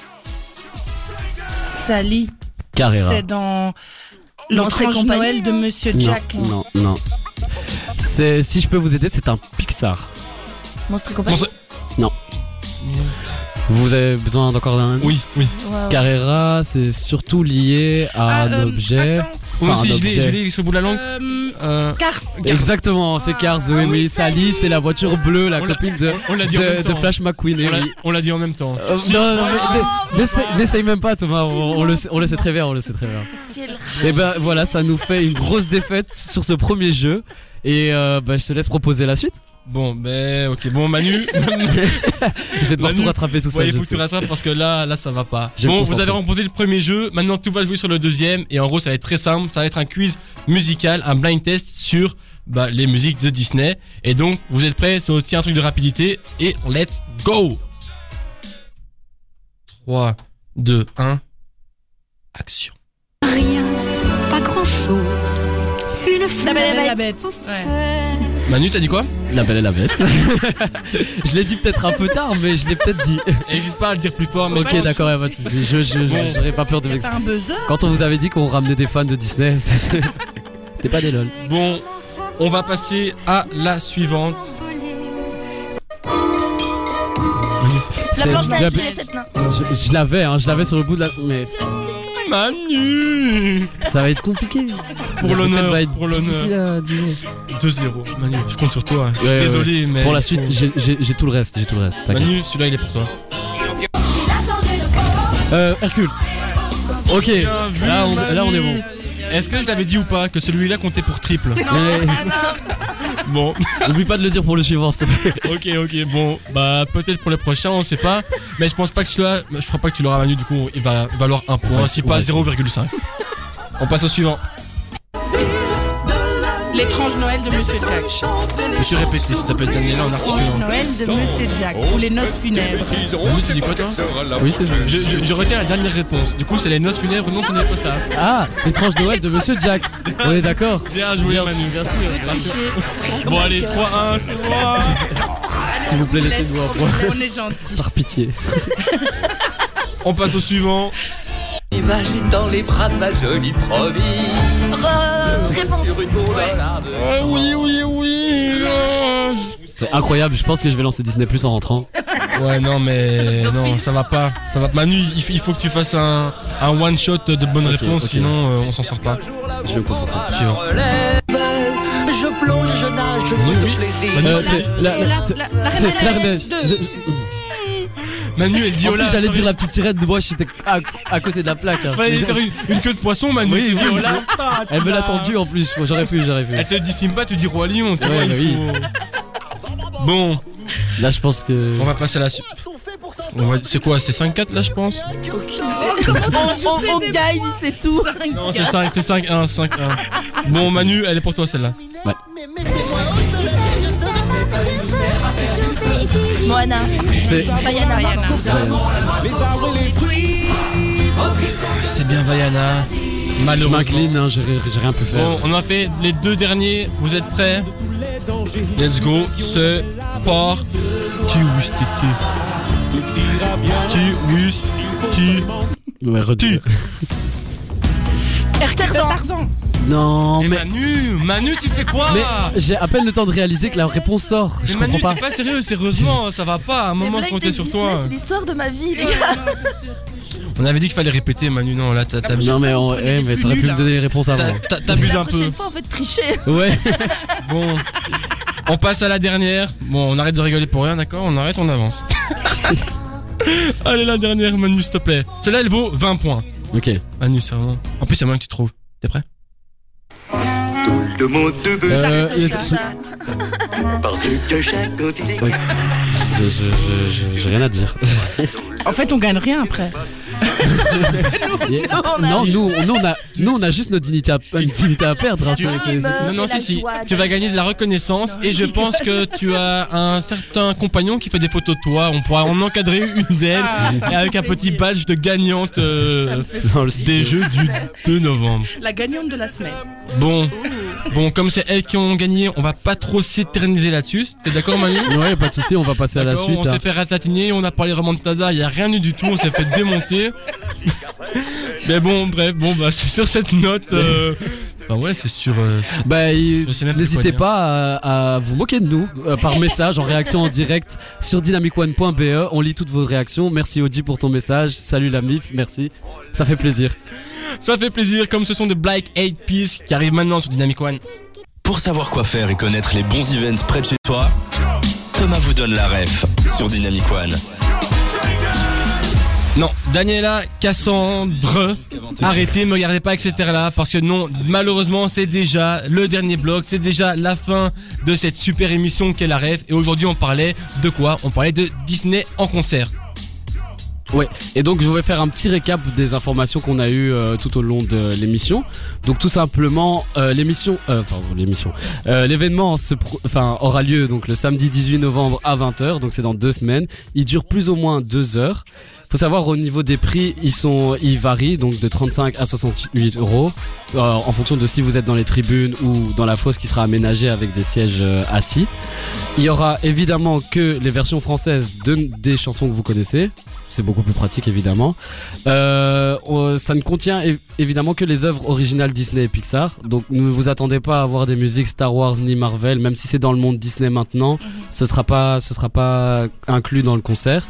Sally. Carrera. C'est dans Monstre et l'Étrange compagnie, Noël de hein. Monsieur Non, Jack. non, non. C'est si je peux vous aider, c'est un Pixar. Monstre et compagnie. Monstre- Vous avez besoin d'encore d'un indice? Oui, oui. Ouais, ouais. Carrera, c'est surtout lié à Ah, un euh, objet. attends. Moi Enfin, aussi, un je l'ai, objet. je l'ai sur le bout de la langue. Euh, Euh, Cars. Exactement, c'est Cars, oui, Ah oui. oui, Sally, Sally. c'est la voiture bleue, la On l'a- copine de, on l'a dit en de, même de temps. Flash McQueen. eh On l'a- oui. on l'a dit en même temps. Euh, non, non, mais- mais- n'essaye- n'essaye même pas, Thomas. On, on le sait, on le sait très bien, on le sait très bien. Quel Et ben voilà, ça nous fait une grosse défaite sur ce premier jeu. Et euh, bah, je te laisse proposer la suite. Bon, ben, ok. Bon, Manu. Je vais devoir Manu, tout rattraper tout ça. Ouais, il je faut que tu sais. rattrapes parce que là, là, ça va pas. Je vais me Bon, vous concentrer. avez remporté le premier jeu. Maintenant, tout va jouer sur le deuxième. Et en gros, ça va être très simple. Ça va être un quiz musical, un blind test sur bah, les musiques de Disney. Et donc, vous êtes prêts? C'est aussi un truc de rapidité. Et let's go! trois, deux, un. Action. Rien, pas grand chose. Une La Belle et la La Bête. bête. Ouais. Manu, t'as dit quoi? La Belle et la Bête. Je l'ai dit peut-être un peu tard, mais je l'ai peut-être dit. N'hésite pas à le dire plus fort. Mais Ok, d'accord, y'a pas de soucis. Je, je, je- j'aurais pas peur de vexer. T'as un buzzer? Quand on vous avait dit qu'on ramenait des fans de Disney, c'était c'était pas des lol. Bon, on va passer à la suivante. La C'est- planche la- d'Achille et sept nains. Je, je l'avais, hein, je l'avais sur le bout de la. Mais Manu! ça va être compliqué. Pour La l'honneur, défaite va être pour difficile l'honneur. à dire. deux zéro. Manu, je compte sur toi. Je suis Ouais, désolé, mais. Pour la suite, j'ai- j'ai j'ai tout le reste, j'ai tout le reste. t'inquiète. Manu, celui-là, il est pour toi. Euh, Hercule. Ok, Bien vu, là on, Manu. là on est bon. Est-ce que je l'avais dit ou pas que celui-là comptait pour triple? Mais- Bon, Oublie pas de le dire pour le suivant, s'il te plaît. ok, ok, bon, bah peut-être pour le prochain, on sait pas. Mais je pense pas que celui-là, je crois pas que tu l'auras Manu, du coup il va valoir un point, Ouais, si ouais, pas c'est- zéro virgule cinq. On passe au suivant. L'étrange Noël de Monsieur Jack. Peux-tu répéter s'il te plaît, Daniela, en L'étrange articulant? Noël de Monsieur Jack. Ou les noces funèbres. Manu, tu dis quoi toi? Oui, c'est ça. je, je, je retiens la dernière réponse. Du coup, c'est les noces funèbres, non, ce n'est pas ça. Ah, l'étrange Noël de Monsieur Jack. On est d'accord. Bien joué, Bien Manu. bien sûr. bien sûr. Bon, allez, trois un, c'est moi. S'il vous plaît, laissez-nous un point. On est gentil. Par pitié. On passe au suivant. Imagine dans les bras de ma jolie promise. Réponse. Sur une gondolade. Oh, oui, oui, oui. euh, C'est incroyable, je pense que je vais lancer Disney Plus en rentrant. Ouais, non, mais non, ça va pas. Ça va. Manu, il f- il faut que tu fasses un, un one shot de bonnes Ok, réponses, ok. sinon euh, on s'en sort pas. Je vais me concentrer. Suivant. Relève, je plonge, je nage, je Oui, goûte oui. au plaisir. Euh, c'est la, Et la- c'est- la- la c'est Reine la Neige Reine deux. Je- Manu, elle dit En oh là. plus, j'allais attends, dire la petite sirène de moi, j'étais à, à côté de la plaque. hein. Fallait faire une, une queue de poisson, Manu. Oui, Tu dis, oui. oh là, Elle me l'a tendu en plus, j'aurais pu, j'aurais pu. Elle te dit Simba, tu dis Roi Lion. Tu Ouais, vois, bah il oui. faut- Bon, Là, je pense que. on va passer à la suite. On va- C'est quoi? C'est cinq quatre là, je pense? On, on, on gagne, c'est tout. Non, c'est cinq, c'est cinq un, cinq un. Bon, Manu, elle est pour toi celle-là. Moana. C'est. Vaiana. C'est bien Vaiana. Je Malheureusement. m'incline, hein, j'ai j'ai rien pu faire. Bon, on a fait les deux derniers. Vous êtes prêts? Let's go. C'est parti. Wistiti. Ti Wistiti. Ouais, redis. Tarzan. Tarzan. Non, Et mais. Manu, Manu, tu fais quoi? Mais j'ai à peine le temps de réaliser que la réponse sort. Je Mais Manu, comprends t'es pas. pas sérieux, sérieusement, ça va pas. À un Les moment, blagues compter de sur Disney, toi. c'est l'histoire de ma vie, les gars. On avait dit qu'il fallait répéter, Manu. Non, là, t'as- t'as Non, mais, on... eh, mais t'aurais pu me donner les réponses avant. t'as- t'as- t'abuses La un peu. prochaine fois, en fait, tricher. Ouais. Bon, on passe à la dernière. Bon, on arrête de rigoler pour rien, d'accord? On arrête, on avance. Allez, la dernière, Manu, s'il te plaît. Celle-là, elle vaut vingt points. Ok. Manu, c'est vraiment. En plus, c'est moi que tu trouves. T'es prêt? Tout le monde debout. Euh, Ça il- reste chat. Parce que chaque côté des Ouais. Je- je- je- je- J'ai rien à dire. En fait, on gagne rien après. Non, nous, nous, on a, nous, on a juste notre dignité à, une dignité à perdre. hein, Tu- c'est- c'est- Non, non, c'est si, la si. joie Tu de- vas gagner de la reconnaissance et je pense que tu as un certain compagnon qui fait des photos de toi. On pourra en encadrer une d'elles Ah, ça me et avec fait un petit plaisir. badge de gagnante euh, Ça me fait dans le des studio. Jeux du deux novembre. La gagnante de la semaine. Bon, bon, comme c'est elles qui ont gagné, on va pas trop s'éterniser là-dessus. T'es d'accord, Manu? Ouais, pas de souci, on va passer à la D'accord, suite. on hein. s'est fait ratatiner, on a parlé vraiment de Tada, il y a rien eu du tout, on s'est fait démonter. Mais bon, bref, bon bah c'est sur cette note. Euh... Enfin ouais, c'est sur. Euh, c'est- Bah, il- Je sais même plus n'hésitez quoi dire. pas à, à vous moquer de nous euh, par message en réaction en direct sur dynamic one point b e. On lit toutes vos réactions. Merci Audi pour ton message. Salut la mif, merci. Ça fait plaisir. Ça fait plaisir, comme ce sont de Black eight Peace qui arrivent maintenant sur Dynamic One. Pour savoir quoi faire et connaître les bons events près de chez toi, Thomas vous donne la ref sur Dynamic One. Non, Daniela, Cassandre, arrêtez, me regardez pas, et cetera là, parce que non, malheureusement, c'est déjà le dernier bloc, c'est déjà la fin de cette super émission qu'est la ref. Et aujourd'hui, on parlait de quoi? On parlait de Disney en concert. Ouais, et donc je vais faire un petit récap des informations qu'on a eues euh, tout au long de l'émission. Donc tout simplement, euh, l'émission, euh, pardon, l'émission, euh, l'événement se pro- enfin, aura lieu donc le samedi dix-huit novembre à vingt heures, donc c'est dans deux semaines. Il dure plus ou moins deux heures. Faut savoir au niveau des prix, ils sont, ils varient donc de trente-cinq à soixante-huit euros euh, en fonction de si vous êtes dans les tribunes ou dans la fosse qui sera aménagée avec des sièges euh, assis. Il y aura évidemment que les versions françaises de, des chansons que vous connaissez. C'est beaucoup plus pratique évidemment. Euh, ça ne contient é- évidemment que les œuvres originales Disney et Pixar. Donc ne vous attendez pas à avoir des musiques Star Wars ni Marvel, même si c'est dans le monde Disney maintenant, mm-hmm. ce sera pas, ce sera pas inclus dans le concert.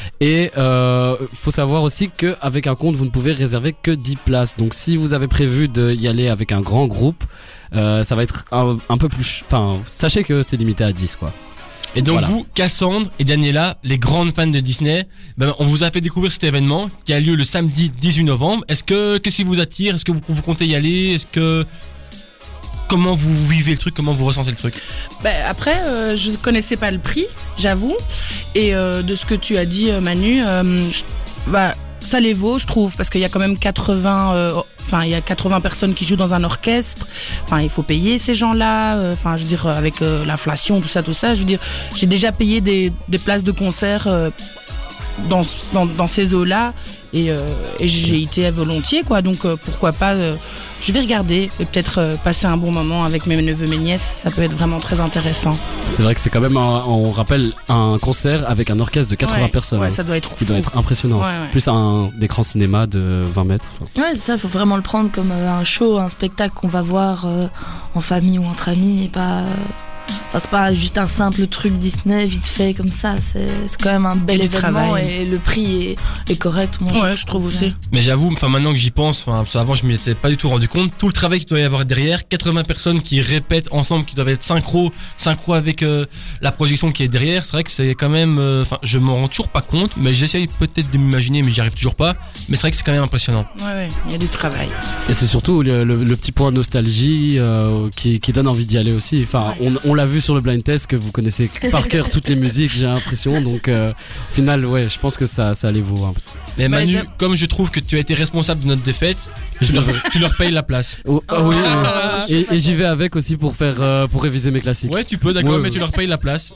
Et euh, faut savoir aussi qu'avec un compte vous ne pouvez réserver que dix places. Donc si vous avez prévu d'y aller avec un grand groupe, euh, ça va être un, un peu plus. Enfin, sachez que c'est limité à dix quoi. Et donc Voilà. vous, Cassandre et Daniela, les grandes fans de Disney, ben on vous a fait découvrir cet événement qui a lieu le samedi dix-huit novembre. Est-ce que qu'est-ce qui vous attire? Est-ce que vous, vous comptez y aller? Est-ce que comment vous vivez le truc? Comment vous ressentez le truc? Ben, après, euh, je connaissais pas le prix, j'avoue. Et euh, de ce que tu as dit, euh, Manu, euh, je- bah, ça les vaut, je trouve, parce qu'il y a quand même quatre-vingts, euh, enfin, il y a quatre-vingts personnes qui jouent dans un orchestre. Enfin, il faut payer ces gens-là. Enfin, euh, je veux dire, avec euh, l'inflation, tout ça, tout ça. Je veux dire, j'ai déjà payé des, des places de concert euh, dans, dans, dans ces eaux-là. Et, euh, et j'ai été volontiers, quoi. Donc, euh, pourquoi pas, euh, je vais regarder et peut-être euh, passer un bon moment avec mes neveux, mes nièces. Ça peut être vraiment très intéressant. C'est vrai que c'est quand même, un, on rappelle, un concert avec un orchestre de quatre-vingts Ouais, personnes. ouais, hein, ça doit être ce qui fou. doit être impressionnant. Ouais, ouais. Plus un écran cinéma de vingt mètres. Enfin, Ouais, c'est ça, il faut vraiment le prendre comme euh, un show, un spectacle qu'on va voir euh, en famille ou entre amis et pas. Euh... Enfin, c'est pas juste un simple truc Disney vite fait comme ça, c'est, c'est quand même un bel Et du événement travail. et le prix est, est correct. Moi, Ouais, je trouve aussi. Mais j'avoue, enfin maintenant que j'y pense, enfin parce qu'avant je m'y étais pas du tout rendu compte, tout le travail qu'il doit y avoir derrière, quatre-vingts personnes qui répètent ensemble, qui doivent être synchro, synchro avec euh, la projection qui est derrière, c'est vrai que c'est quand même, enfin euh, je m'en rends toujours pas compte, mais j'essaye peut-être de m'imaginer, mais j'y arrive toujours pas. Mais c'est vrai que c'est quand même impressionnant. Ouais, ouais, il y a du travail. et c'est surtout le, le, le petit point nostalgie euh, qui, qui donne envie d'y aller aussi. Enfin, on, on l'a vu sur le blind test que vous connaissez par cœur toutes les musiques, j'ai l'impression. Donc, euh, au final, ouais, je pense que ça, ça allait vous. Hein. Mais Bah, Manu, j'aime- comme je trouve que tu as été responsable de notre défaite, tu leur, tu leur payes la place. Oh, ah oui, oui. Et, et j'y vais avec aussi pour faire, euh, pour réviser mes classiques. Ouais, tu peux, d'accord, Ouais, mais ouais. tu leur payes la place.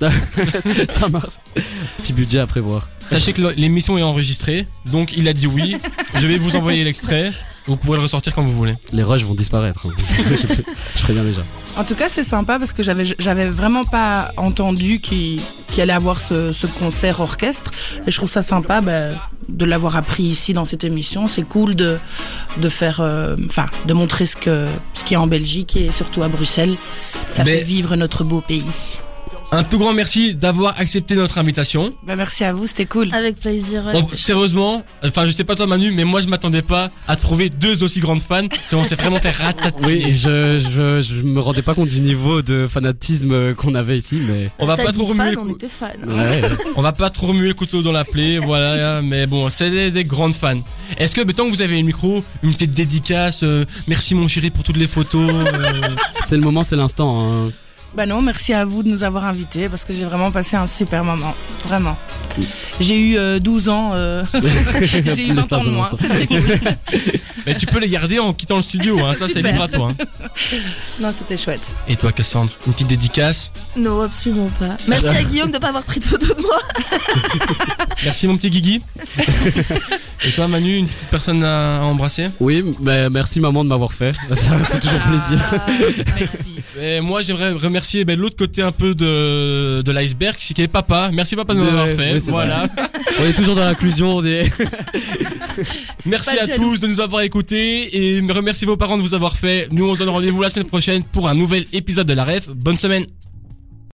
Ça marche. Petit budget à prévoir. Sachez que le- l'émission est enregistrée, donc il a dit oui. Je vais vous envoyer l'extrait. Vous pourrez le ressortir quand vous voulez. Les rushs vont disparaître. hein. je, je préviens déjà. En tout cas, c'est sympa parce que j'avais j'avais vraiment pas entendu qu'il qu'il allait avoir ce, ce concert orchestre. Et je trouve ça sympa bah, de l'avoir appris ici dans cette émission. C'est cool de de faire, enfin, euh, de montrer ce que ce qu'il y a en Belgique et surtout à Bruxelles. Ça Mais- fait vivre notre beau pays. Un tout grand merci d'avoir accepté notre invitation. Bah, merci à vous, c'était cool. Avec plaisir. ouais, On- c'était- sérieusement, enfin je sais pas toi Manu, mais moi je m'attendais pas à trouver deux aussi grandes fans. C'est- On s'est vraiment fait ratatiner. Oui, je, je, je me rendais pas compte du niveau de fanatisme qu'on avait ici, mais. On va T'as pas dit trop remuer, fan, le on cou- était fan. Ouais. on va pas trop remuer le couteau dans la plaie, voilà. Mais bon, c'est des, des grandes fans. Est-ce que, mais tant que vous avez le micro, une petite dédicace, euh, merci mon chéri pour toutes les photos. euh, C'est le moment, c'est l'instant. Hein. Bah non, merci à vous de nous avoir invités parce que j'ai vraiment passé un super moment. Vraiment. J'ai eu euh, douze ans, euh, j'ai eu vingt ans de moins. C'est très cool. mais tu peux les garder en quittant le studio, hein, ça c'est Super. libre à toi. hein. Non, c'était chouette. Et toi Cassandre, une petite dédicace. Non, absolument pas. Merci à Guillaume de pas avoir pris de photo de moi. Merci mon petit Guigui. Et toi Manu, une petite personne à, à embrasser. Oui, mais merci maman de m'avoir fait. Ça me fait toujours plaisir. Ah, merci. Et moi j'aimerais remercier ben, l'autre côté un peu de, de l'iceberg, qui est papa. Merci papa de Ouais, m'avoir ouais, fait. ouais, c'est Voilà. On est toujours dans l'inclusion. On est... Merci Pas de à jaloux. tous de nous avoir écoutés et remerciez vos parents de vous avoir fait. Nous on se donne rendez-vous la semaine prochaine pour un nouvel épisode de la Ref. Bonne semaine.